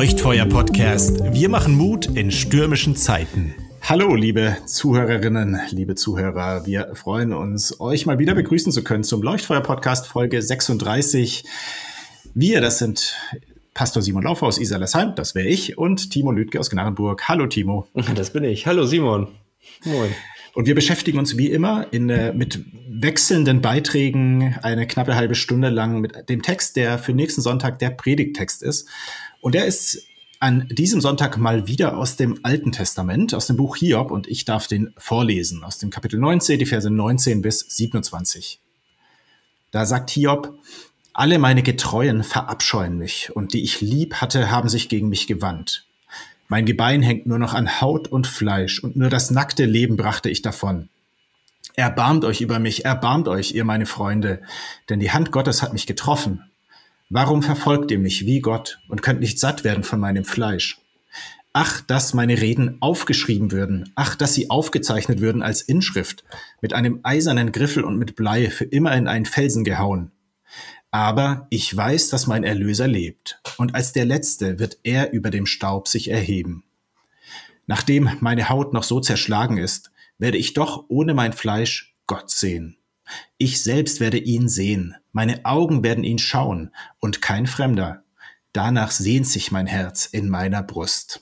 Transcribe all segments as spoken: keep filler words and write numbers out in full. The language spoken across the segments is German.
Leuchtfeuer-Podcast. Wir machen Mut in stürmischen Zeiten. Hallo, liebe Zuhörerinnen, liebe Zuhörer. Wir freuen uns, euch mal wieder begrüßen zu können zum Leuchtfeuer-Podcast Folge sechsunddreißig. Wir, das sind Pastor Simon Laufer aus Isarlesheim, das wäre ich, und Timo Lüdke aus Gnarrenburg. Hallo, Timo. Das bin ich. Hallo, Simon. Moin. Und wir beschäftigen uns wie immer in, mit wechselnden Beiträgen eine knappe halbe Stunde lang mit dem Text, der für nächsten Sonntag der Predigttext ist. Und der ist an diesem Sonntag mal wieder aus dem Alten Testament, aus dem Buch Hiob, und ich darf den vorlesen, aus dem Kapitel neunzehn, die Verse neunzehn bis siebenundzwanzig. Da sagt Hiob: Alle meine Getreuen verabscheuen mich, und die ich lieb hatte, haben sich gegen mich gewandt. Mein Gebein hängt nur noch an Haut und Fleisch, und nur das nackte Leben brachte ich davon. Erbarmt euch über mich, erbarmt euch, ihr meine Freunde, denn die Hand Gottes hat mich getroffen. Warum verfolgt ihr mich wie Gott und könnt nicht satt werden von meinem Fleisch? Ach, dass meine Reden aufgeschrieben würden, ach, dass sie aufgezeichnet würden als Inschrift, mit einem eisernen Griffel und mit Blei für immer in einen Felsen gehauen. Aber ich weiß, dass mein Erlöser lebt, und als der Letzte wird er über dem Staub sich erheben. Nachdem meine Haut noch so zerschlagen ist, werde ich doch ohne mein Fleisch Gott sehen. Ich selbst werde ihn sehen, meine Augen werden ihn schauen, und kein Fremder. Danach sehnt sich mein Herz in meiner Brust.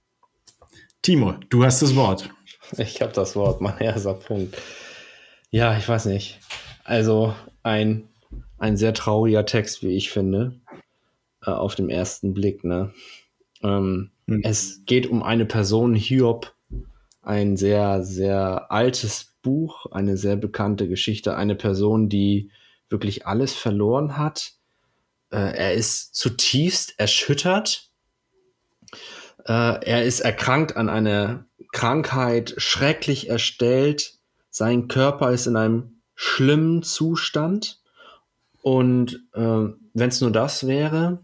Timo, du hast das Wort. Ich habe das Wort, mein erster Punkt. Ja, ich weiß nicht. Also ein, ein sehr trauriger Text, wie ich finde, äh, auf den ersten Blick. Ne? Ähm, hm. Es geht um eine Person, Hiob, ein sehr, sehr altes Buch, eine sehr bekannte Geschichte, eine Person, die wirklich alles verloren hat. Äh, er ist zutiefst erschüttert. Äh, er ist erkrankt an einer Krankheit, schrecklich erstellt. Sein Körper ist in einem schlimmen Zustand. Und äh, wenn es nur das wäre,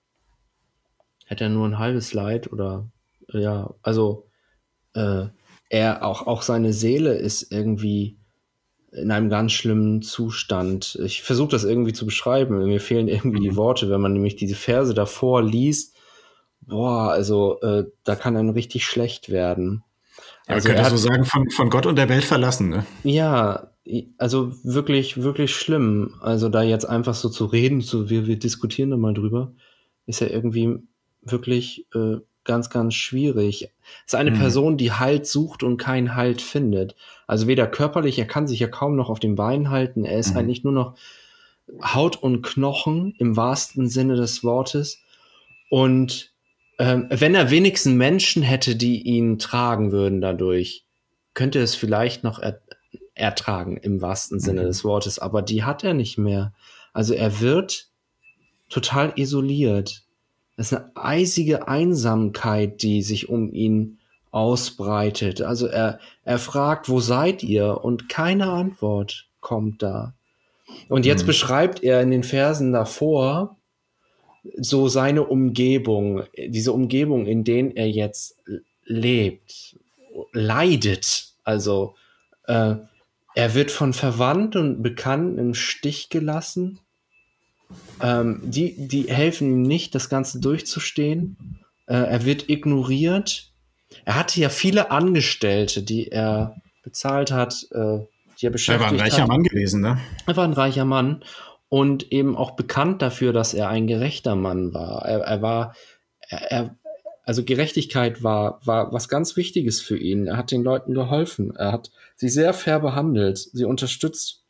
hätte er nur ein halbes Leid oder ja, also äh, er auch, auch seine Seele ist irgendwie in einem ganz schlimmen Zustand. Ich versuche das irgendwie zu beschreiben. Mir fehlen irgendwie mhm. die Worte, wenn man nämlich diese Verse davor liest. Boah, also äh, da kann einem richtig schlecht werden. Ja, also man könnte so sagen, von, von Gott und der Welt verlassen, ne? Ja, also wirklich, wirklich schlimm. Also da jetzt einfach so zu reden, so wir, wir diskutieren da mal drüber, ist ja irgendwie wirklich äh, ganz, ganz schwierig. Es ist eine mhm. Person, die Halt sucht und keinen Halt findet. Also weder körperlich, er kann sich ja kaum noch auf den Beinen halten, er ist mhm. eigentlich nur noch Haut und Knochen im wahrsten Sinne des Wortes. Und ähm, wenn er wenigstens Menschen hätte, die ihn tragen würden dadurch, könnte es vielleicht noch er- ertragen im wahrsten Sinne mhm. des Wortes, aber die hat er nicht mehr. Also er wird total isoliert. Das ist eine eisige Einsamkeit, die sich um ihn ausbreitet. Also er, er fragt, wo seid ihr? Und keine Antwort kommt da. Und jetzt mhm. beschreibt er in den Versen davor so seine Umgebung, diese Umgebung, in der er jetzt lebt, leidet. Also äh, er wird von Verwandten und Bekannten im Stich gelassen. Ähm, die, die helfen ihm nicht, das Ganze durchzustehen. Äh, er wird ignoriert. Er hatte ja viele Angestellte, die er bezahlt hat, äh, die er beschäftigt hat. Er war ein reicher hat. Mann gewesen, ne? Er war ein reicher Mann und eben auch bekannt dafür, dass er ein gerechter Mann war. Er, er war, er, er, also Gerechtigkeit war, war was ganz Wichtiges für ihn. Er hat den Leuten geholfen. Er hat sie sehr fair behandelt, sie unterstützt.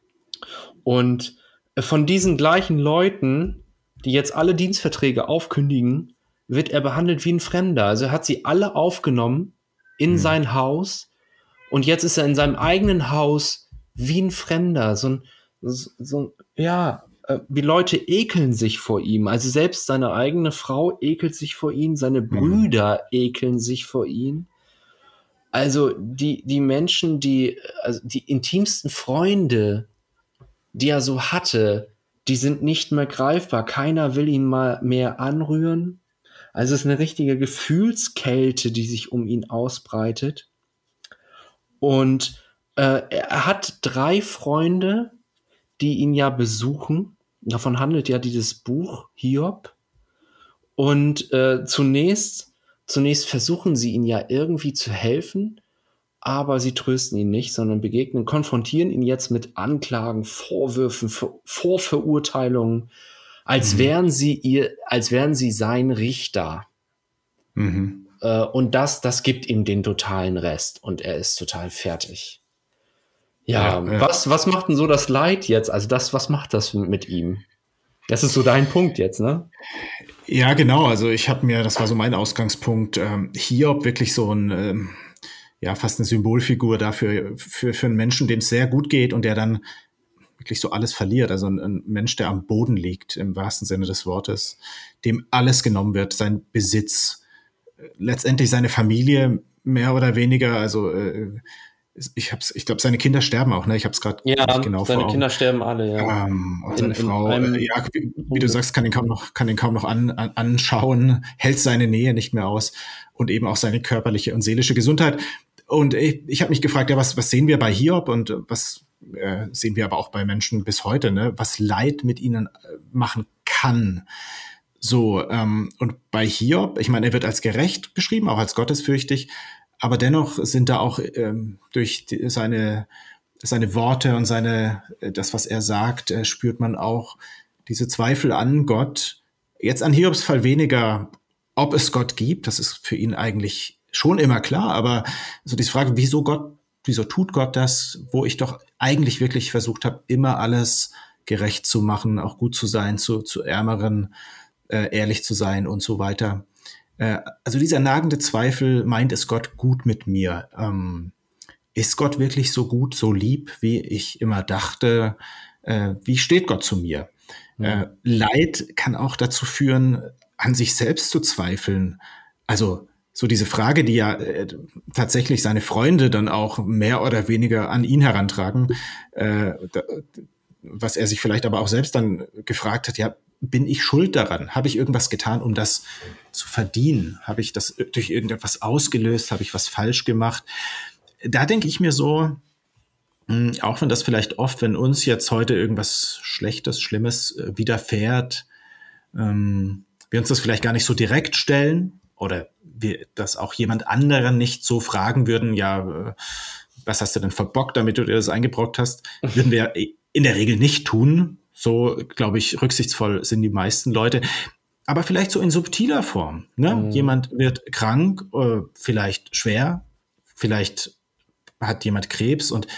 Und von diesen gleichen Leuten, die jetzt alle Dienstverträge aufkündigen, wird er behandelt wie ein Fremder. Also er hat sie alle aufgenommen in mhm. sein Haus und jetzt ist er in seinem eigenen Haus wie ein Fremder. So ein, so, so, ja, äh, die Leute ekeln sich vor ihm. Also selbst seine eigene Frau ekelt sich vor ihm, seine Brüder mhm. ekeln sich vor ihm. Also die, die Menschen, die, also die intimsten Freunde, die er so hatte, die sind nicht mehr greifbar. Keiner will ihn mal mehr anrühren. Also es ist eine richtige Gefühlskälte, die sich um ihn ausbreitet. Und äh, er hat drei Freunde, die ihn ja besuchen. Davon handelt ja dieses Buch Hiob. Und äh, zunächst, zunächst versuchen sie ihn ja irgendwie zu helfen, aber sie trösten ihn nicht, sondern begegnen, konfrontieren ihn jetzt mit Anklagen, Vorwürfen, Ver- Vorverurteilungen, als Mhm. wären sie ihr, als wären sie sein Richter. Mhm. Äh, und das, das gibt ihm den totalen Rest und er ist total fertig. Ja, Ja, ja. was, was macht denn so das Leid jetzt? Also das, was macht das mit ihm? Das ist so dein Punkt jetzt, ne? Ja, genau. Also ich habe mir, das war so mein Ausgangspunkt, ähm, Hiob wirklich so ein, ähm, ja, fast eine Symbolfigur dafür, für, für einen Menschen, dem es sehr gut geht und der dann wirklich so alles verliert. Also ein, ein Mensch, der am Boden liegt, im wahrsten Sinne des Wortes, dem alles genommen wird, sein Besitz, letztendlich seine Familie, mehr oder weniger. Also äh, ich hab's, ich glaube, seine Kinder sterben auch, ne? Ich habe es gerade Ja, nicht genau seine vor Augen. Kinder sterben alle, ja. Ähm, und In- seine in Frau, einem- äh, ja, wie, wie du sagst, kann ihn kaum noch, kann ihn kaum noch an, an, anschauen, hält seine Nähe nicht mehr aus und eben auch seine körperliche und seelische Gesundheit. Und ich, ich habe mich gefragt, ja, was, was sehen wir bei Hiob und was äh, sehen wir aber auch bei Menschen bis heute, ne? Was Leid mit ihnen äh, machen kann. So, ähm, und bei Hiob, ich meine, er wird als gerecht beschrieben, auch als gottesfürchtig, aber dennoch sind da auch ähm, durch die, seine seine Worte und seine, das, was er sagt, äh, spürt man auch diese Zweifel an Gott. Jetzt an Hiobs Fall weniger, ob es Gott gibt, das ist für ihn eigentlich schon immer klar, aber so diese Frage, wieso Gott, wieso tut Gott das, wo ich doch eigentlich wirklich versucht habe, immer alles gerecht zu machen, auch gut zu sein, zu, zu Ärmeren, äh, ehrlich zu sein und so weiter. Äh, also dieser nagende Zweifel, meint es Gott gut mit mir? Ähm, Ist Gott wirklich so gut, so lieb, wie ich immer dachte? Äh, wie steht Gott zu mir? Mhm. Äh, Leid kann auch dazu führen, an sich selbst zu zweifeln. Also so diese Frage, die ja äh, tatsächlich seine Freunde dann auch mehr oder weniger an ihn herantragen, äh, da, was er sich vielleicht aber auch selbst dann gefragt hat, ja, bin ich schuld daran? Habe ich irgendwas getan, um das zu verdienen? Habe ich das durch irgendetwas ausgelöst? Habe ich was falsch gemacht? Da denke ich mir so, auch wenn das vielleicht oft, wenn uns jetzt heute irgendwas Schlechtes, Schlimmes äh, widerfährt, ähm, wir uns das vielleicht gar nicht so direkt stellen oder wir das auch jemand anderen nicht so fragen würden, ja, äh, was hast du denn verbockt, damit du dir das eingebrockt hast, würden wir in der Regel nicht tun. So, glaube ich, rücksichtsvoll sind die meisten Leute. Aber vielleicht so in subtiler Form. Ne? Mhm. Jemand wird krank, äh, vielleicht schwer, vielleicht hat jemand Krebs und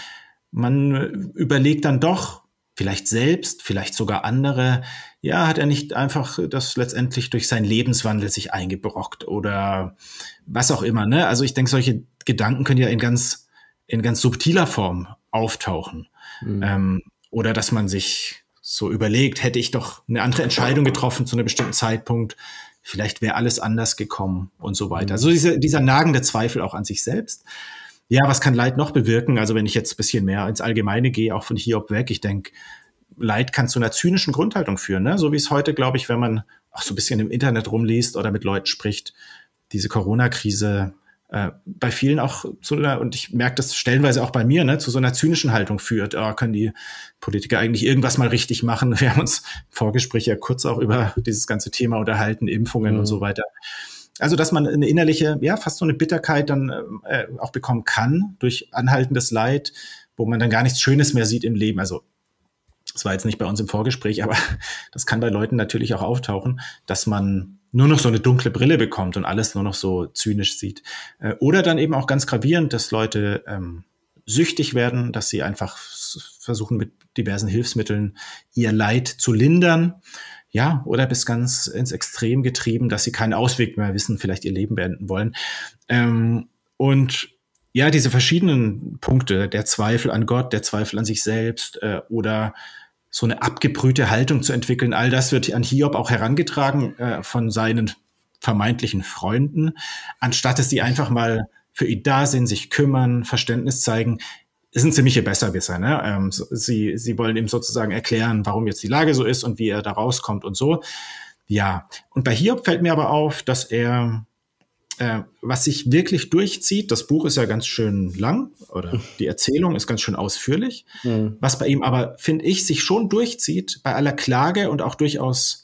man überlegt dann doch, vielleicht selbst, vielleicht sogar andere, ja, hat er nicht einfach das letztendlich durch seinen Lebenswandel sich eingebrockt oder was auch immer, ne? Also ich denke, solche Gedanken können ja in ganz, in ganz subtiler Form auftauchen. Mhm. Ähm, oder dass man sich so überlegt, hätte ich doch eine andere Entscheidung getroffen zu einem bestimmten Zeitpunkt, vielleicht wäre alles anders gekommen und so weiter. Also diese, dieser nagende Zweifel auch an sich selbst. Ja, was kann Leid noch bewirken? Also wenn ich jetzt ein bisschen mehr ins Allgemeine gehe, auch von Hiob weg, ich denke, Leid kann zu einer zynischen Grundhaltung führen, ne? So wie es heute, glaube ich, wenn man auch so ein bisschen im Internet rumliest oder mit Leuten spricht, diese Corona-Krise äh, bei vielen auch zu einer, und ich merke das stellenweise auch bei mir, ne, zu so einer zynischen Haltung führt. Oh, können die Politiker eigentlich irgendwas mal richtig machen? Wir haben uns im Vorgespräch ja kurz auch über dieses ganze Thema unterhalten, Impfungen Mhm. und so weiter. Also, dass man eine innerliche, ja, fast so eine Bitterkeit dann äh, auch bekommen kann durch anhaltendes Leid, wo man dann gar nichts Schönes mehr sieht im Leben. Also, das war jetzt nicht bei uns im Vorgespräch, aber das kann bei Leuten natürlich auch auftauchen, dass man nur noch so eine dunkle Brille bekommt und alles nur noch so zynisch sieht. Äh, oder dann eben auch ganz gravierend, dass Leute ähm, süchtig werden, dass sie einfach s- versuchen, mit diversen Hilfsmitteln ihr Leid zu lindern. Ja, oder bis ganz ins Extrem getrieben, dass sie keinen Ausweg mehr wissen, vielleicht ihr Leben beenden wollen. Ähm, und ja, diese verschiedenen Punkte, der Zweifel an Gott, der Zweifel an sich selbst äh, oder so eine abgebrühte Haltung zu entwickeln, all das wird an Hiob auch herangetragen äh, von seinen vermeintlichen Freunden, anstatt dass sie einfach mal für ihn da sind, sich kümmern, Verständnis zeigen. Es sind ziemliche Besserwisser, ne? Ähm, so- sie, sie wollen ihm sozusagen erklären, warum jetzt die Lage so ist und wie er da rauskommt und so. Ja, und bei Hiob fällt mir aber auf, dass er, äh, was sich wirklich durchzieht, das Buch ist ja ganz schön lang oder die Erzählung ist ganz schön ausführlich, Mhm. was bei ihm aber, finde ich, sich schon durchzieht, bei aller Klage und auch durchaus,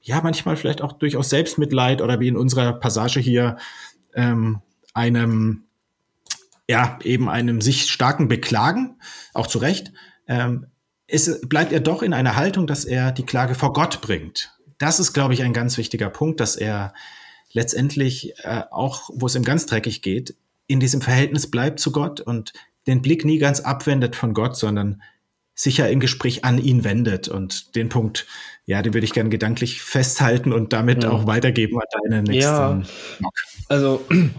ja, manchmal vielleicht auch durchaus Selbstmitleid oder wie in unserer Passage hier ähm, einem, ja, eben einem sich starken Beklagen, auch zu Recht, ähm, ist, bleibt er doch in einer Haltung, dass er die Klage vor Gott bringt. Das ist, glaube ich, ein ganz wichtiger Punkt, dass er letztendlich äh, auch, wo es ihm ganz dreckig geht, in diesem Verhältnis bleibt zu Gott und den Blick nie ganz abwendet von Gott, sondern sicher im Gespräch an ihn wendet. Und den Punkt, ja, den würde ich gerne gedanklich festhalten und damit Mhm. auch weitergeben an deine nächsten. Ja, also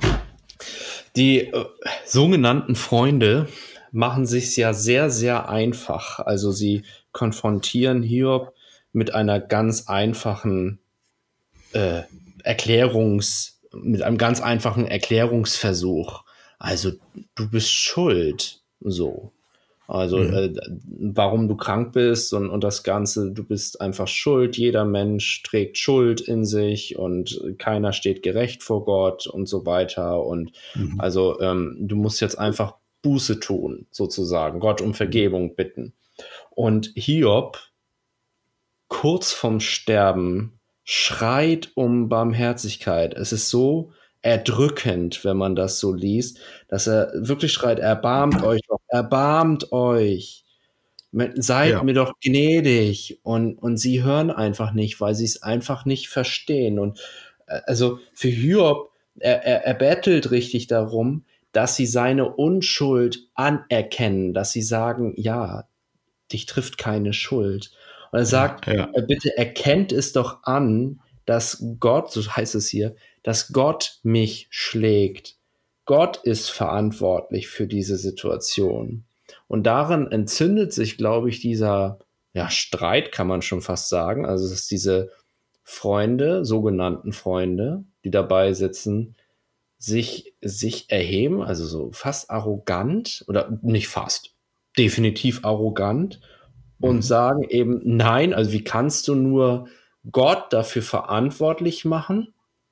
die äh, sogenannten Freunde machen sich's ja sehr, sehr einfach. Also sie konfrontieren Hiob mit einer ganz einfachen äh, Erklärungs, mit einem ganz einfachen Erklärungsversuch. Also du bist schuld, so. Also Mhm. äh, warum du krank bist und, und das Ganze, du bist einfach schuld. Jeder Mensch trägt Schuld in sich und keiner steht gerecht vor Gott und so weiter. Und Mhm. also ähm, du musst jetzt einfach Buße tun, sozusagen, Gott um Vergebung bitten. Und Hiob, kurz vorm Sterben, schreit um Barmherzigkeit. Es ist so erdrückend, wenn man das so liest, dass er wirklich schreit, erbarmt euch doch, erbarmt euch, seid Ja. mir doch gnädig. Und, und sie hören einfach nicht, weil sie es einfach nicht verstehen. Und äh, also für Hiob, er, er, er bettelt richtig darum, dass sie seine Unschuld anerkennen, dass sie sagen, ja, dich trifft keine Schuld. Und er sagt, Ja, ja. äh, bitte erkennt es doch an, dass Gott, so heißt es hier, dass Gott mich schlägt. Gott ist verantwortlich für diese Situation. Und darin entzündet sich, glaube ich, dieser ja, Streit, kann man schon fast sagen. Also, dass diese Freunde, sogenannten Freunde, die dabei sitzen, sich, sich erheben, also so fast arrogant oder nicht fast, definitiv arrogant und Mhm. sagen eben, nein, also wie kannst du nur Gott dafür verantwortlich machen?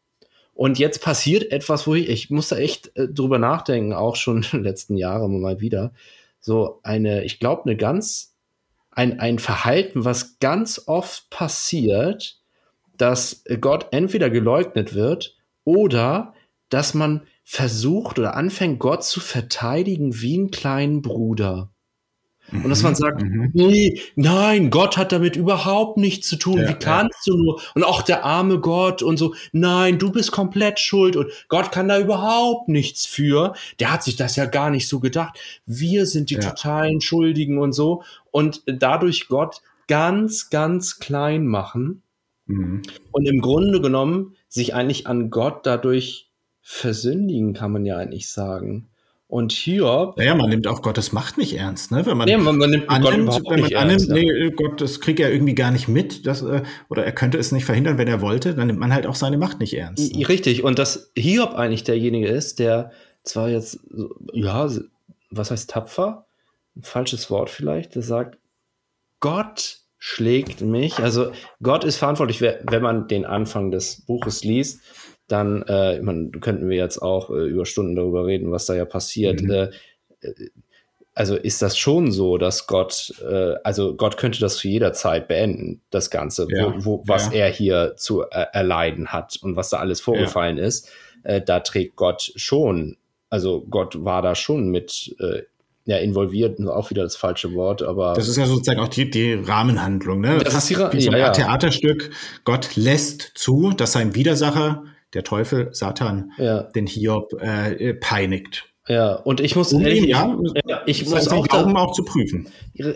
Und jetzt passiert etwas, wo ich, ich muss da echt äh, drüber nachdenken, auch schon in den letzten Jahren mal wieder. So eine, ich glaube, eine ganz, ein, ein Verhalten, was ganz oft passiert, dass Gott entweder geleugnet wird oder dass man versucht oder anfängt, Gott zu verteidigen wie einen kleinen Bruder. Und dass man Mhm. sagt, Mhm. nee, nein, Gott hat damit überhaupt nichts zu tun. Ja, Wie kannst du nur? Und auch der arme Gott und so, nein, du bist komplett schuld und Gott kann da überhaupt nichts für. Der hat sich das ja gar nicht so gedacht. Wir sind die ja. totalen Schuldigen und so. Und dadurch Gott ganz, ganz klein machen. Mhm. Und im Grunde genommen sich eigentlich an Gott dadurch versündigen, kann man ja eigentlich sagen. Und Hiob, Naja, man nimmt auch Gottes Macht nicht ernst, ne? Wenn man nee, man, man nimmt Gott annimmt, überhaupt wenn man nicht annimmt, ernst. Ja. nee, Gott, das kriegt er irgendwie gar nicht mit, das, äh, oder er könnte es nicht verhindern, wenn er wollte, dann nimmt man halt auch seine Macht nicht ernst. Ne? Richtig, und dass Hiob eigentlich derjenige ist, der zwar jetzt, so, ja, was heißt tapfer? Ein falsches Wort vielleicht, der sagt, Gott schlägt mich. Also Gott ist verantwortlich, wenn man den Anfang des Buches liest, dann äh, man, könnten wir jetzt auch äh, über Stunden darüber reden, was da ja passiert. Mhm. Äh, also ist das schon so, dass Gott, äh, also Gott könnte das zu jeder Zeit beenden, das Ganze, Ja, wo, wo, was ja. er hier zu äh, erleiden hat und was da alles vorgefallen ja. ist. Äh, da trägt Gott schon, also Gott war da schon mit äh, ja, involviert, auch wieder das falsche Wort, aber. Das ist ja sozusagen auch die, die Rahmenhandlung, ne? Das Fast ist die Ra- wie so eine ja, Art ja. Theaterstück. Gott lässt zu, dass sein Widersacher, der Teufel, Satan, Ja. den Hiob äh, peinigt. Ja, und ich muss Um ehrlich, ihn, ja, ja, ich sein muss auch, Glauben da, auch zu prüfen.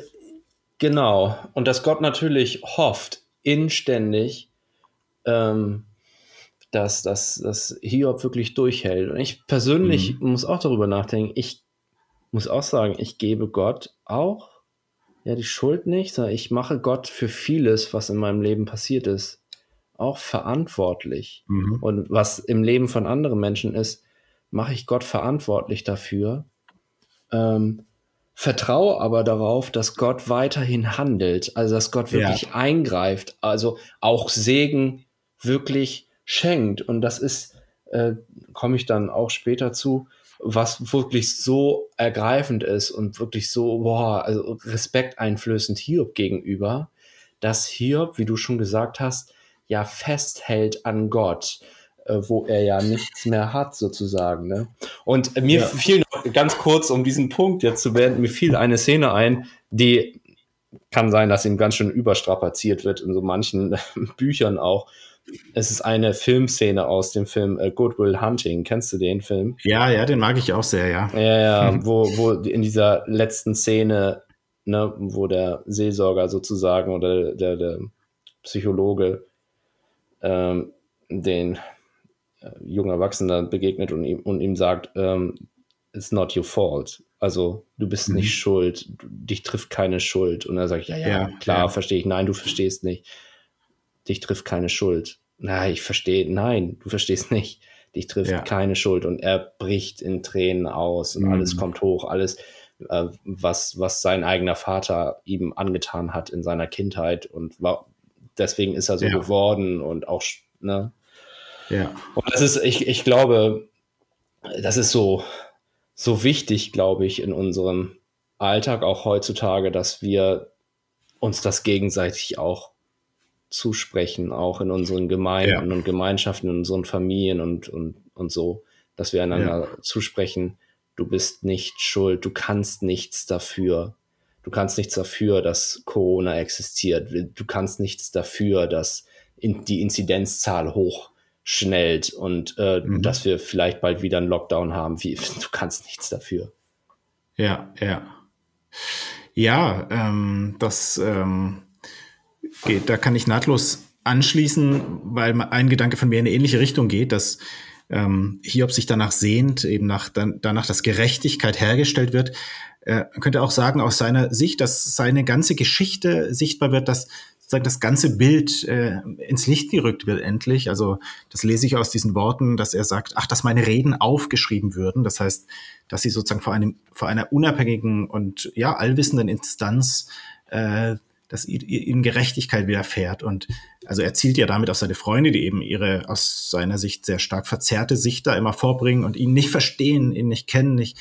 Genau. Und dass Gott natürlich hofft, inständig, ähm, dass, dass, dass Hiob wirklich durchhält. Und ich persönlich Mhm. muss auch darüber nachdenken. Ich muss auch sagen, ich gebe Gott auch ja die Schuld nicht, sondern ich mache Gott für vieles, was in meinem Leben passiert ist, auch verantwortlich. Mhm. Und was im Leben von anderen Menschen ist, mache ich Gott verantwortlich dafür. Ähm, vertraue aber darauf, dass Gott weiterhin handelt, also dass Gott wirklich Ja. eingreift, also auch Segen wirklich schenkt. Und das ist, äh, komme ich dann auch später zu, was wirklich so ergreifend ist und wirklich so, boah, also respekteinflößend Hiob gegenüber, dass Hiob, wie du schon gesagt hast, ja festhält an Gott, äh, wo er ja nichts mehr hat sozusagen. Ne? Und äh, mir ja. fiel noch ganz kurz, um diesen Punkt jetzt zu beenden, mir fiel eine Szene ein, die kann sein, dass ihm ganz schön überstrapaziert wird in so manchen Büchern auch. Es ist eine Filmszene aus dem Film äh, Good Will Hunting. Kennst du den Film? Ja, ja, den mag ich auch sehr, ja. Ja, ja, hm. wo, wo in dieser letzten Szene, ne, wo der Seelsorger sozusagen oder der, der Psychologe ähm, den äh, jungen Erwachsenen begegnet und ihm, und ihm sagt, ähm, it's not your fault. Also du bist mhm. nicht schuld, dich trifft keine Schuld. Und er sagt, ja, ja, ja klar, ja. verstehe ich. Nein, du verstehst nicht. Dich trifft keine Schuld. Nein, ich verstehe. Nein, du verstehst nicht. Dich trifft ja. keine Schuld. Und er bricht in Tränen aus und mhm. alles kommt hoch. Alles, äh, was, was sein eigener Vater ihm angetan hat in seiner Kindheit. Und war, deswegen ist er so ja. geworden und auch, ne? Ja. Und das ist, ich, ich glaube, das ist so, so wichtig, glaube ich, in unserem Alltag auch heutzutage, dass wir uns das gegenseitig auch zusprechen, auch in unseren Gemeinden ja. und Gemeinschaften, in unseren Familien und, und, und so, dass wir einander ja. zusprechen, du bist nicht schuld, du kannst nichts dafür. Du kannst nichts dafür, dass Corona existiert. Du kannst nichts dafür, dass in die Inzidenzzahl hochschnellt und äh, mhm. dass wir vielleicht bald wieder einen Lockdown haben. Wie, du kannst nichts dafür. Ja, ja. Ja, ähm, das ähm, geht, da kann ich nahtlos anschließen, weil ein Gedanke von mir in eine ähnliche Richtung geht, dass ähm, Hiob sich danach sehnt, eben nach, dann, danach, dass Gerechtigkeit hergestellt wird. Äh, man könnte auch sagen, aus seiner Sicht, dass seine ganze Geschichte sichtbar wird, dass sozusagen das ganze Bild äh, ins Licht gerückt wird endlich. Also das lese ich aus diesen Worten, dass er sagt, ach, dass meine Reden aufgeschrieben würden. Das heißt, dass sie sozusagen vor einem, vor einer unabhängigen und ja allwissenden Instanz, äh, dass ihnen Gerechtigkeit widerfährt. Und also er zielt ja damit auf seine Freunde, die eben ihre aus seiner Sicht sehr stark verzerrte Sicht da immer vorbringen und ihn nicht verstehen, ihn nicht kennen, nicht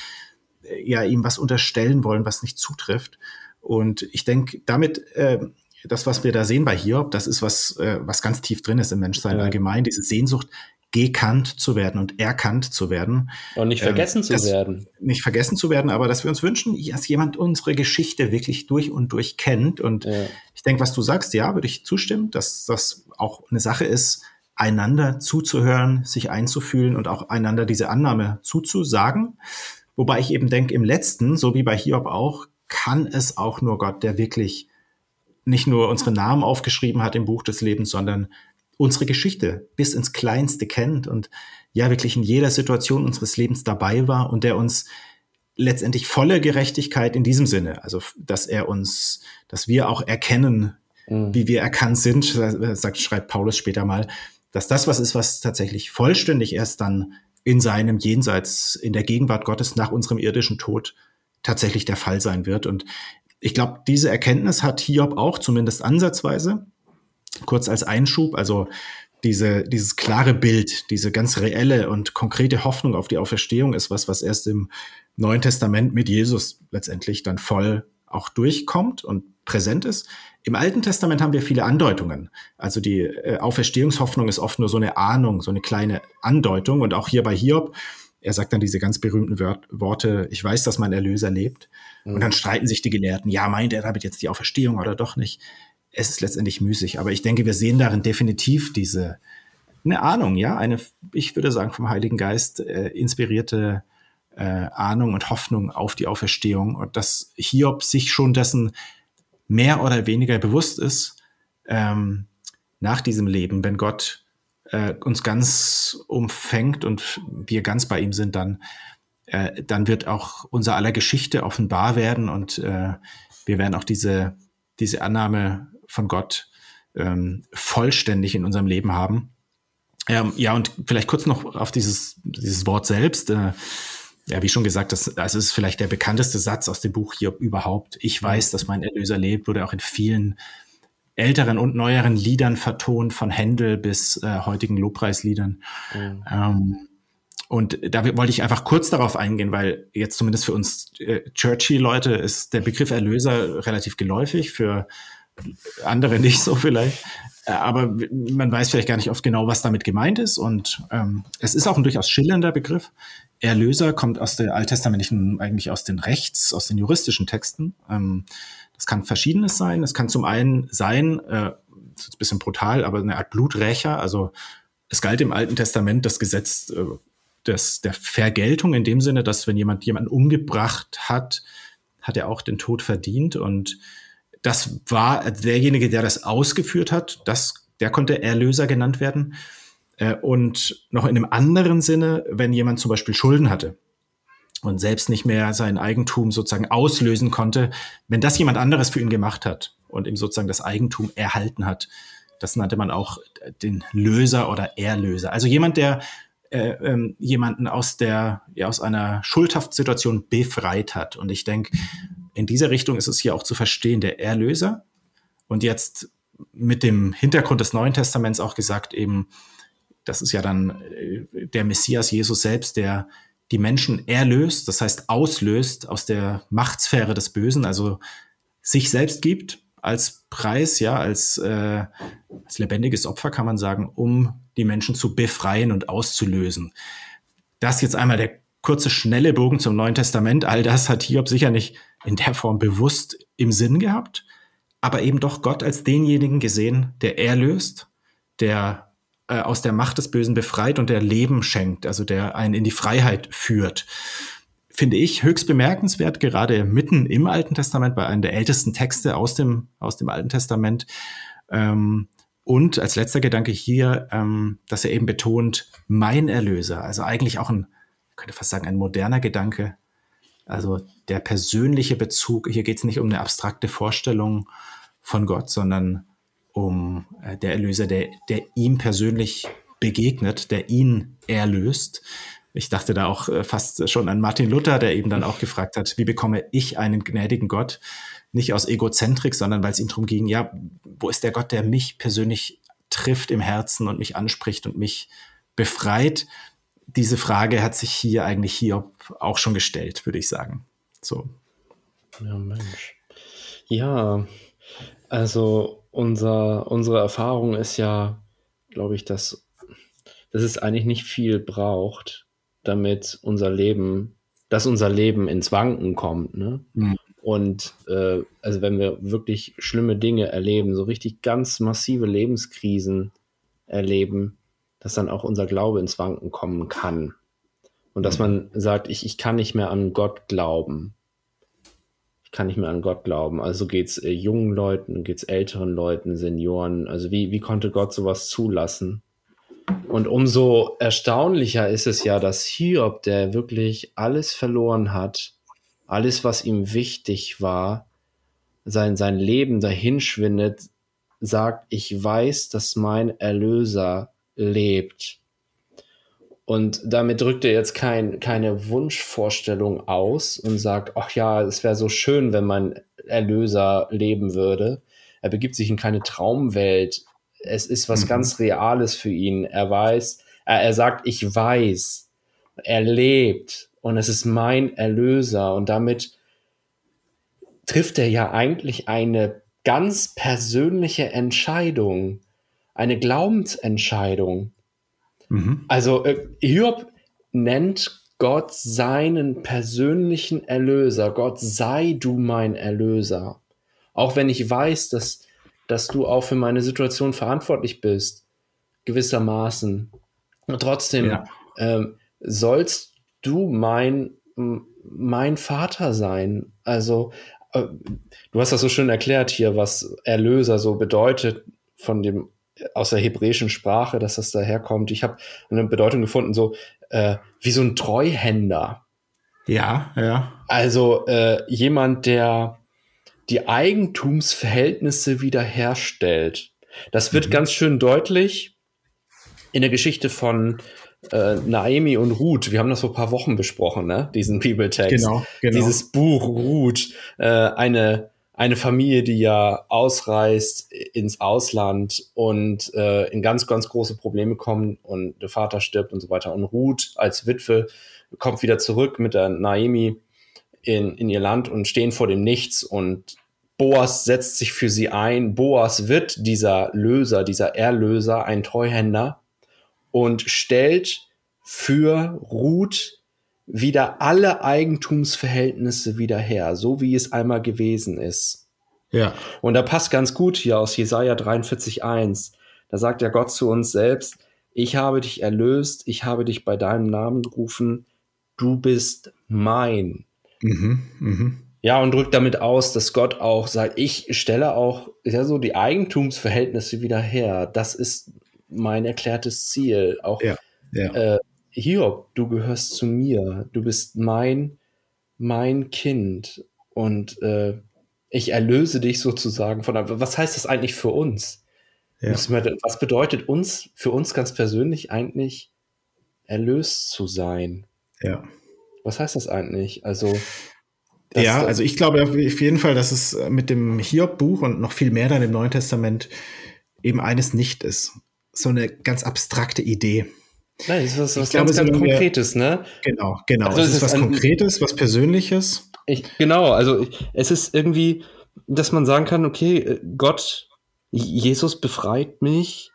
ja ihm was unterstellen wollen, was nicht zutrifft. Und ich denke, damit äh, das, was wir da sehen bei Hiob, das ist was, äh, was ganz tief drin ist im Menschsein ja. allgemein, diese Sehnsucht, gekannt zu werden und erkannt zu werden. Und nicht vergessen ähm, zu werden. Nicht vergessen zu werden, aber dass wir uns wünschen, dass jemand unsere Geschichte wirklich durch und durch kennt. Und ja. ich denke, was du sagst, ja, würde ich zustimmen, dass das auch eine Sache ist, einander zuzuhören, sich einzufühlen und auch einander diese Annahme zuzusagen. Wobei ich eben denke, im Letzten, so wie bei Hiob auch, kann es auch nur Gott, der wirklich nicht nur unsere Namen aufgeschrieben hat im Buch des Lebens, sondern unsere Geschichte bis ins Kleinste kennt und ja wirklich in jeder Situation unseres Lebens dabei war und der uns letztendlich volle Gerechtigkeit in diesem Sinne, also dass er uns, dass wir auch erkennen, mhm. wie wir erkannt sind, sagt, schreibt Paulus später mal, dass das was ist, was tatsächlich vollständig erst dann in seinem Jenseits, in der Gegenwart Gottes nach unserem irdischen Tod tatsächlich der Fall sein wird. Und ich glaube, diese Erkenntnis hat Hiob auch zumindest ansatzweise. Kurz als Einschub, also diese, dieses klare Bild, diese ganz reelle und konkrete Hoffnung auf die Auferstehung ist was, was erst im Neuen Testament mit Jesus letztendlich dann voll auch durchkommt und präsent ist. Im Alten Testament haben wir viele Andeutungen. Also die äh, Auferstehungshoffnung ist oft nur so eine Ahnung, so eine kleine Andeutung. Und auch hier bei Hiob, er sagt dann diese ganz berühmten Wort, Worte, ich weiß, dass mein Erlöser lebt. Mhm. Und dann streiten sich die Gelehrten, ja, meint er damit jetzt die Auferstehung oder doch nicht? Es ist letztendlich müßig, aber ich denke, wir sehen darin definitiv diese, eine Ahnung, ja, eine, ich würde sagen, vom Heiligen Geist äh, inspirierte äh, Ahnung und Hoffnung auf die Auferstehung und dass Hiob sich schon dessen mehr oder weniger bewusst ist, ähm, nach diesem Leben, wenn Gott äh, uns ganz umfängt und wir ganz bei ihm sind, dann, äh, dann wird auch unser aller Geschichte offenbar werden und äh, wir werden auch diese, diese Annahme von Gott ähm, vollständig in unserem Leben haben. Ähm, ja, und vielleicht kurz noch auf dieses, dieses Wort selbst. Äh, ja, wie schon gesagt, das, das ist vielleicht der bekannteste Satz aus dem Buch Hiob überhaupt. Ich weiß, dass mein Erlöser lebt, wurde auch in vielen älteren und neueren Liedern vertont, von Händel bis äh, heutigen Lobpreisliedern. Mhm. Ähm, und da wollte ich einfach kurz darauf eingehen, weil jetzt zumindest für uns äh, Churchy-Leute ist der Begriff Erlöser relativ geläufig, für andere nicht so vielleicht. aber man weiß vielleicht gar nicht oft genau, was damit gemeint ist. Und ähm, es ist auch ein durchaus schillernder Begriff. Erlöser kommt aus der alttestamentlichen, eigentlich aus den Rechts, aus den juristischen Texten. Ähm, das kann Verschiedenes sein. Es kann zum einen sein, äh, das ist ein bisschen brutal, aber eine Art Bluträcher. Also es galt im Alten Testament das Gesetz äh, des, der Vergeltung in dem Sinne, dass wenn jemand jemanden umgebracht hat, hat er auch den Tod verdient. Und das war derjenige, der das ausgeführt hat. Das, der konnte Erlöser genannt werden. Und noch in einem anderen Sinne, wenn jemand zum Beispiel Schulden hatte und selbst nicht mehr sein Eigentum sozusagen auslösen konnte, wenn das jemand anderes für ihn gemacht hat und ihm sozusagen das Eigentum erhalten hat, das nannte man auch den Löser oder Erlöser. Also jemand, der äh, ähm, jemanden aus der, ja, aus einer Schuldhaftsituation befreit hat. Und ich denke, in dieser Richtung ist es hier auch zu verstehen, der Erlöser. Und jetzt mit dem Hintergrund des Neuen Testaments auch gesagt, eben, das ist ja dann der Messias Jesus selbst, der die Menschen erlöst, das heißt auslöst aus der Machtsphäre des Bösen, also sich selbst gibt als Preis, ja, als, äh, als lebendiges Opfer, kann man sagen, um die Menschen zu befreien und auszulösen. Das jetzt einmal der kurze, schnelle Bogen zum Neuen Testament. All das hat Hiob sicher nicht in der Form bewusst im Sinn gehabt, aber eben doch Gott als denjenigen gesehen, der erlöst, der aus der Macht des Bösen befreit und der Leben schenkt, also der einen in die Freiheit führt. Finde ich höchst bemerkenswert, gerade mitten im Alten Testament, bei einem der ältesten Texte aus dem, aus dem Alten Testament. Und als letzter Gedanke hier, dass er eben betont, mein Erlöser, also eigentlich auch ein, ich könnte fast sagen, ein moderner Gedanke, also der persönliche Bezug. Hier geht es nicht um eine abstrakte Vorstellung von Gott, sondern um äh, der Erlöser, der, der ihm persönlich begegnet, der ihn erlöst. Ich dachte da auch äh, fast schon an Martin Luther, der eben dann auch gefragt hat, wie bekomme ich einen gnädigen Gott? Nicht aus Egozentrik, sondern weil es ihm darum ging, ja, wo ist der Gott, der mich persönlich trifft im Herzen und mich anspricht und mich befreit? Diese Frage hat sich hier eigentlich Hiob auch schon gestellt, würde ich sagen. So. Ja, Mensch. Ja, also unser, unsere Erfahrung ist ja, glaube ich, dass, dass es eigentlich nicht viel braucht, damit unser Leben, dass unser Leben ins Wanken kommt. Ne? Mhm. Und äh, also wenn wir wirklich schlimme Dinge erleben, so richtig ganz massive Lebenskrisen erleben, dass dann auch unser Glaube ins Wanken kommen kann. Und dass man sagt, ich, ich kann nicht mehr an Gott glauben. Ich kann nicht mehr an Gott glauben. Also geht es äh, jungen Leuten, geht es älteren Leuten, Senioren. Also wie, wie konnte Gott sowas zulassen? Und umso erstaunlicher ist es ja, dass Hiob, der wirklich alles verloren hat, alles, was ihm wichtig war, sein, sein Leben dahinschwindet, sagt, ich weiß, dass mein Erlöser lebt. Und damit drückt er jetzt kein, keine Wunschvorstellung aus und sagt, ach ja, es wäre so schön, wenn mein Erlöser leben würde. Er begibt sich in keine Traumwelt. Es ist was mhm. ganz Reales für ihn. Er weiß, er, er sagt, ich weiß, er lebt und es ist mein Erlöser. Und damit trifft er ja eigentlich eine ganz persönliche Entscheidung, eine Glaubensentscheidung. Mhm. Also äh, Hiob nennt Gott seinen persönlichen Erlöser. Gott, sei du mein Erlöser. Auch wenn ich weiß, dass, dass du auch für meine Situation verantwortlich bist, gewissermaßen. Und trotzdem ja. ähm, sollst du mein, mein Vater sein. Also äh, du hast das so schön erklärt hier, was Erlöser so bedeutet von dem aus der hebräischen Sprache, dass das daherkommt. Ich habe eine Bedeutung gefunden, so äh, wie so ein Treuhänder. Ja, ja. Also äh, jemand, der die Eigentumsverhältnisse wiederherstellt. Das wird mhm. ganz schön deutlich in der Geschichte von äh, Naomi und Ruth. Wir haben das vor ein paar Wochen besprochen, ne? Diesen Bibeltext. Genau, genau. Dieses Buch Ruth, äh, eine Eine Familie, die ja ausreist ins Ausland und äh, in ganz, ganz große Probleme kommt und der Vater stirbt und so weiter. Und Ruth als Witwe kommt wieder zurück mit der Naomi in, in ihr Land und stehen vor dem Nichts und Boas setzt sich für sie ein. Boas wird dieser Löser, dieser Erlöser, ein Treuhänder und stellt für Ruth wieder alle Eigentumsverhältnisse wieder her, so wie es einmal gewesen ist. Ja. Und da passt ganz gut hier aus Jesaja dreiundvierzig eins. Da sagt ja Gott zu uns selbst: Ich habe dich erlöst, ich habe dich bei deinem Namen gerufen, du bist mein. Mhm, mhm. Ja, und drückt damit aus, dass Gott auch sagt, ich stelle auch ja so die Eigentumsverhältnisse wieder her. Das ist mein erklärtes Ziel. Auch Ja, ja. Äh, Hiob, du gehörst zu mir, du bist mein, mein Kind und äh, ich erlöse dich sozusagen von. Was heißt das eigentlich für uns? Ja. Was bedeutet uns, für uns ganz persönlich eigentlich, erlöst zu sein? Ja. Was heißt das eigentlich? Also ja, also ich glaube auf jeden Fall, dass es mit dem Hiob-Buch und noch viel mehr dann im Neuen Testament eben eines nicht ist. So eine ganz abstrakte Idee. Nein, das ist was, was glaube, ganz, ganz wir, Konkretes, ne? Genau, genau. Also es es ist ist was ein, Konkretes, was Persönliches. Ich, genau, also es ist irgendwie, dass man sagen kann, okay, Gott, Jesus befreit mich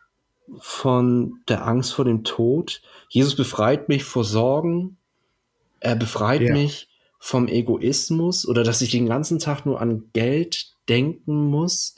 von der Angst vor dem Tod. Jesus befreit mich vor Sorgen. Er befreit Ja. mich vom Egoismus oder dass ich den ganzen Tag nur an Geld denken muss.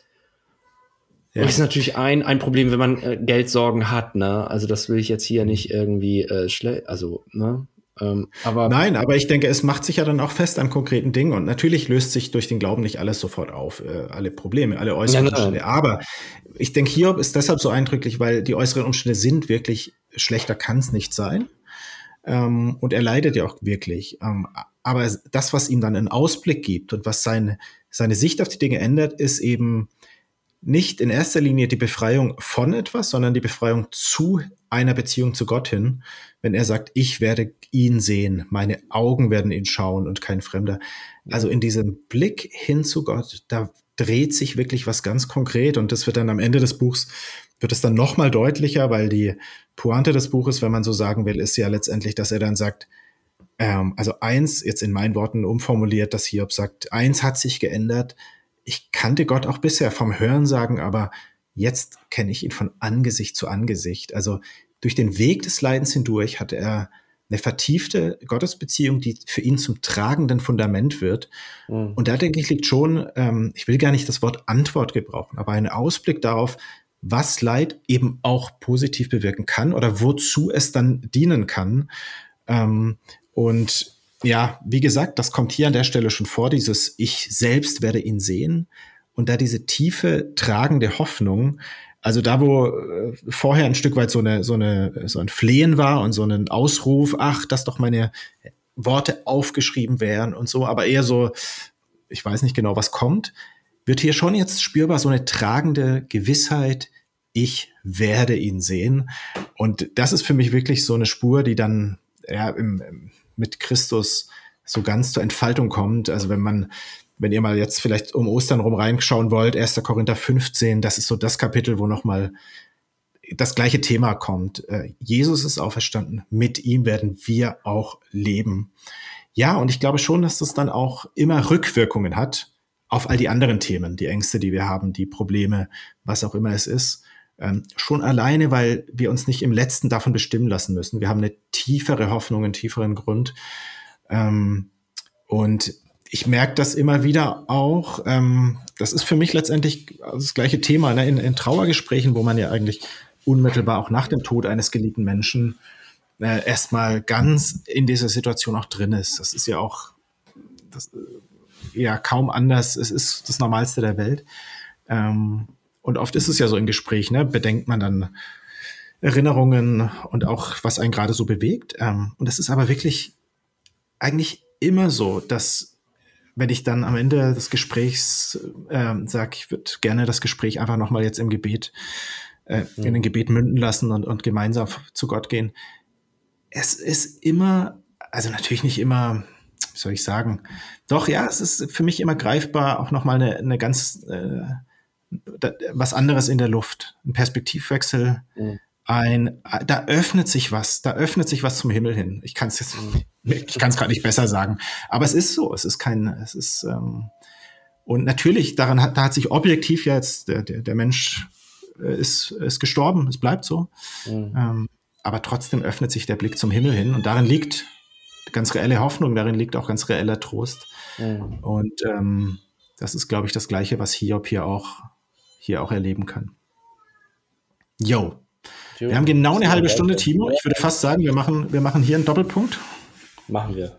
Ja. Das ist natürlich ein, ein Problem, wenn man äh, Geldsorgen hat, ne? Also das will ich jetzt hier nicht irgendwie äh, schlecht, also, ne? Ähm, aber Nein, aber ich denke, es macht sich ja dann auch fest an konkreten Dingen und natürlich löst sich durch den Glauben nicht alles sofort auf, äh, alle Probleme, alle äußeren Ja, nein. Umstände. Aber ich denke, Hiob ist deshalb so eindrücklich, weil die äußeren Umstände sind wirklich, schlechter kann es nicht sein. Ähm, und er leidet ja auch wirklich. Ähm, aber das, was ihm dann einen Ausblick gibt und was seine, seine Sicht auf die Dinge ändert, ist eben nicht in erster Linie die Befreiung von etwas, sondern die Befreiung zu einer Beziehung zu Gott hin, wenn er sagt, ich werde ihn sehen, meine Augen werden ihn schauen und kein Fremder. Also in diesem Blick hin zu Gott, da dreht sich wirklich was ganz konkret und das wird dann am Ende des Buchs, wird es dann noch mal deutlicher, weil die Pointe des Buches, wenn man so sagen will, ist ja letztendlich, dass er dann sagt, ähm, also eins, jetzt in meinen Worten umformuliert, dass Hiob sagt, eins hat sich geändert, ich kannte Gott auch bisher vom Hörensagen, aber jetzt kenne ich ihn von Angesicht zu Angesicht. Also durch den Weg des Leidens hindurch hatte er eine vertiefte Gottesbeziehung, die für ihn zum tragenden Fundament wird. Mhm. Und da, denke ich, liegt schon, ähm, ich will gar nicht das Wort Antwort gebrauchen, aber ein Ausblick darauf, was Leid eben auch positiv bewirken kann oder wozu es dann dienen kann. Ähm, und ja, wie gesagt, das kommt hier an der Stelle schon vor, dieses Ich selbst werde ihn sehen und da diese tiefe, tragende Hoffnung, also da, wo äh, vorher ein Stück weit so eine, so eine, so ein Flehen war und so ein Ausruf, ach, dass doch meine Worte aufgeschrieben wären und so, aber eher so, ich weiß nicht genau, was kommt, wird hier schon jetzt spürbar so eine tragende Gewissheit, ich werde ihn sehen. Und das ist für mich wirklich so eine Spur, die dann ja, im, im mit Christus so ganz zur Entfaltung kommt. Also wenn man, wenn ihr mal jetzt vielleicht um Ostern rum reinschauen wollt, erster Korinther fünfzehn, das ist so das Kapitel, wo nochmal das gleiche Thema kommt. Jesus ist auferstanden, mit ihm werden wir auch leben. Ja, und ich glaube schon, dass das dann auch immer Rückwirkungen hat auf all die anderen Themen, die Ängste, die wir haben, die Probleme, was auch immer es ist. Ähm, schon alleine, weil wir uns nicht im Letzten davon bestimmen lassen müssen. Wir haben eine tiefere Hoffnung, einen tieferen Grund. Ähm, und ich merke das immer wieder auch. Ähm, das ist für mich letztendlich das gleiche Thema, ne? in, in Trauergesprächen, wo man ja eigentlich unmittelbar auch nach dem Tod eines geliebten Menschen äh, erstmal ganz in dieser Situation auch drin ist. Das ist ja auch das, ja kaum anders. Es ist das Normalste der Welt. Ähm, Und oft ist es ja so im Gespräch, ne, bedenkt man dann Erinnerungen und auch, was einen gerade so bewegt. Ähm, und es ist aber wirklich eigentlich immer so, dass wenn ich dann am Ende des Gesprächs äh, sage, ich würde gerne das Gespräch einfach nochmal jetzt im Gebet, äh, mhm. in ein Gebet münden lassen und, und gemeinsam zu Gott gehen. Es ist immer, also natürlich nicht immer, wie soll ich sagen, doch ja, es ist für mich immer greifbar, auch nochmal eine, eine ganz äh, was anderes in der Luft, ein Perspektivwechsel, mhm. ein, da öffnet sich was, da öffnet sich was zum Himmel hin. Ich kann es jetzt, ich kann es gerade nicht besser sagen, aber es ist so, es ist kein, es ist, ähm, Und natürlich, daran hat, da hat sich objektiv jetzt, der, der, der Mensch äh, ist, ist gestorben, es bleibt so. Mhm. Ähm, aber trotzdem öffnet sich der Blick zum Himmel hin und darin liegt ganz reelle Hoffnung, darin liegt auch ganz reeller Trost. Mhm. Und ähm, das ist, glaube ich, das Gleiche, was Hiob hier auch, hier auch erleben kann. Yo. jo. Wir haben genau eine halbe Stunde, Timo. Ich würde fast sagen, wir machen, wir machen hier einen Doppelpunkt. Machen wir.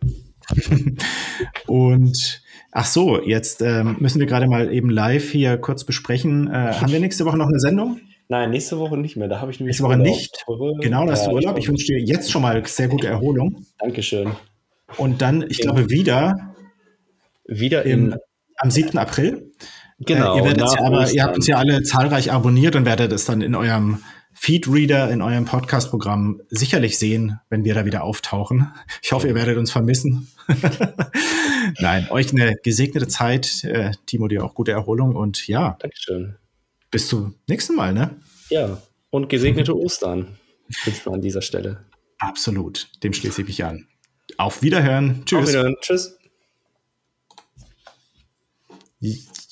Und ach so, jetzt ähm, müssen wir gerade mal eben live hier kurz besprechen. Äh, haben wir nächste Woche noch eine Sendung? Nein, nächste Woche nicht mehr. Da habe ich nämlich nächste Woche Urlaub. nicht. Genau, da hast ja, du Urlaub. Ich wünsche dir jetzt schon mal sehr gute Erholung. Dankeschön. Und dann, ich in, glaube, wieder, wieder im, im, am siebten April. Genau. Äh, ihr, werdet ja aber, ihr habt uns ja alle zahlreich abonniert und werdet es dann in eurem Feedreader, in eurem Podcast-Programm sicherlich sehen, wenn wir da wieder auftauchen. Ich hoffe, ihr werdet uns vermissen. Nein, euch eine gesegnete Zeit. Äh, Timo, dir auch gute Erholung und ja. Dankeschön. Bis zum nächsten Mal, ne? Ja, und gesegnete Ostern wünschen wir an dieser Stelle. Absolut, dem schließe ich mich an. Auf Wiederhören. Tschüss. Auf Wiederhören. Tschüss.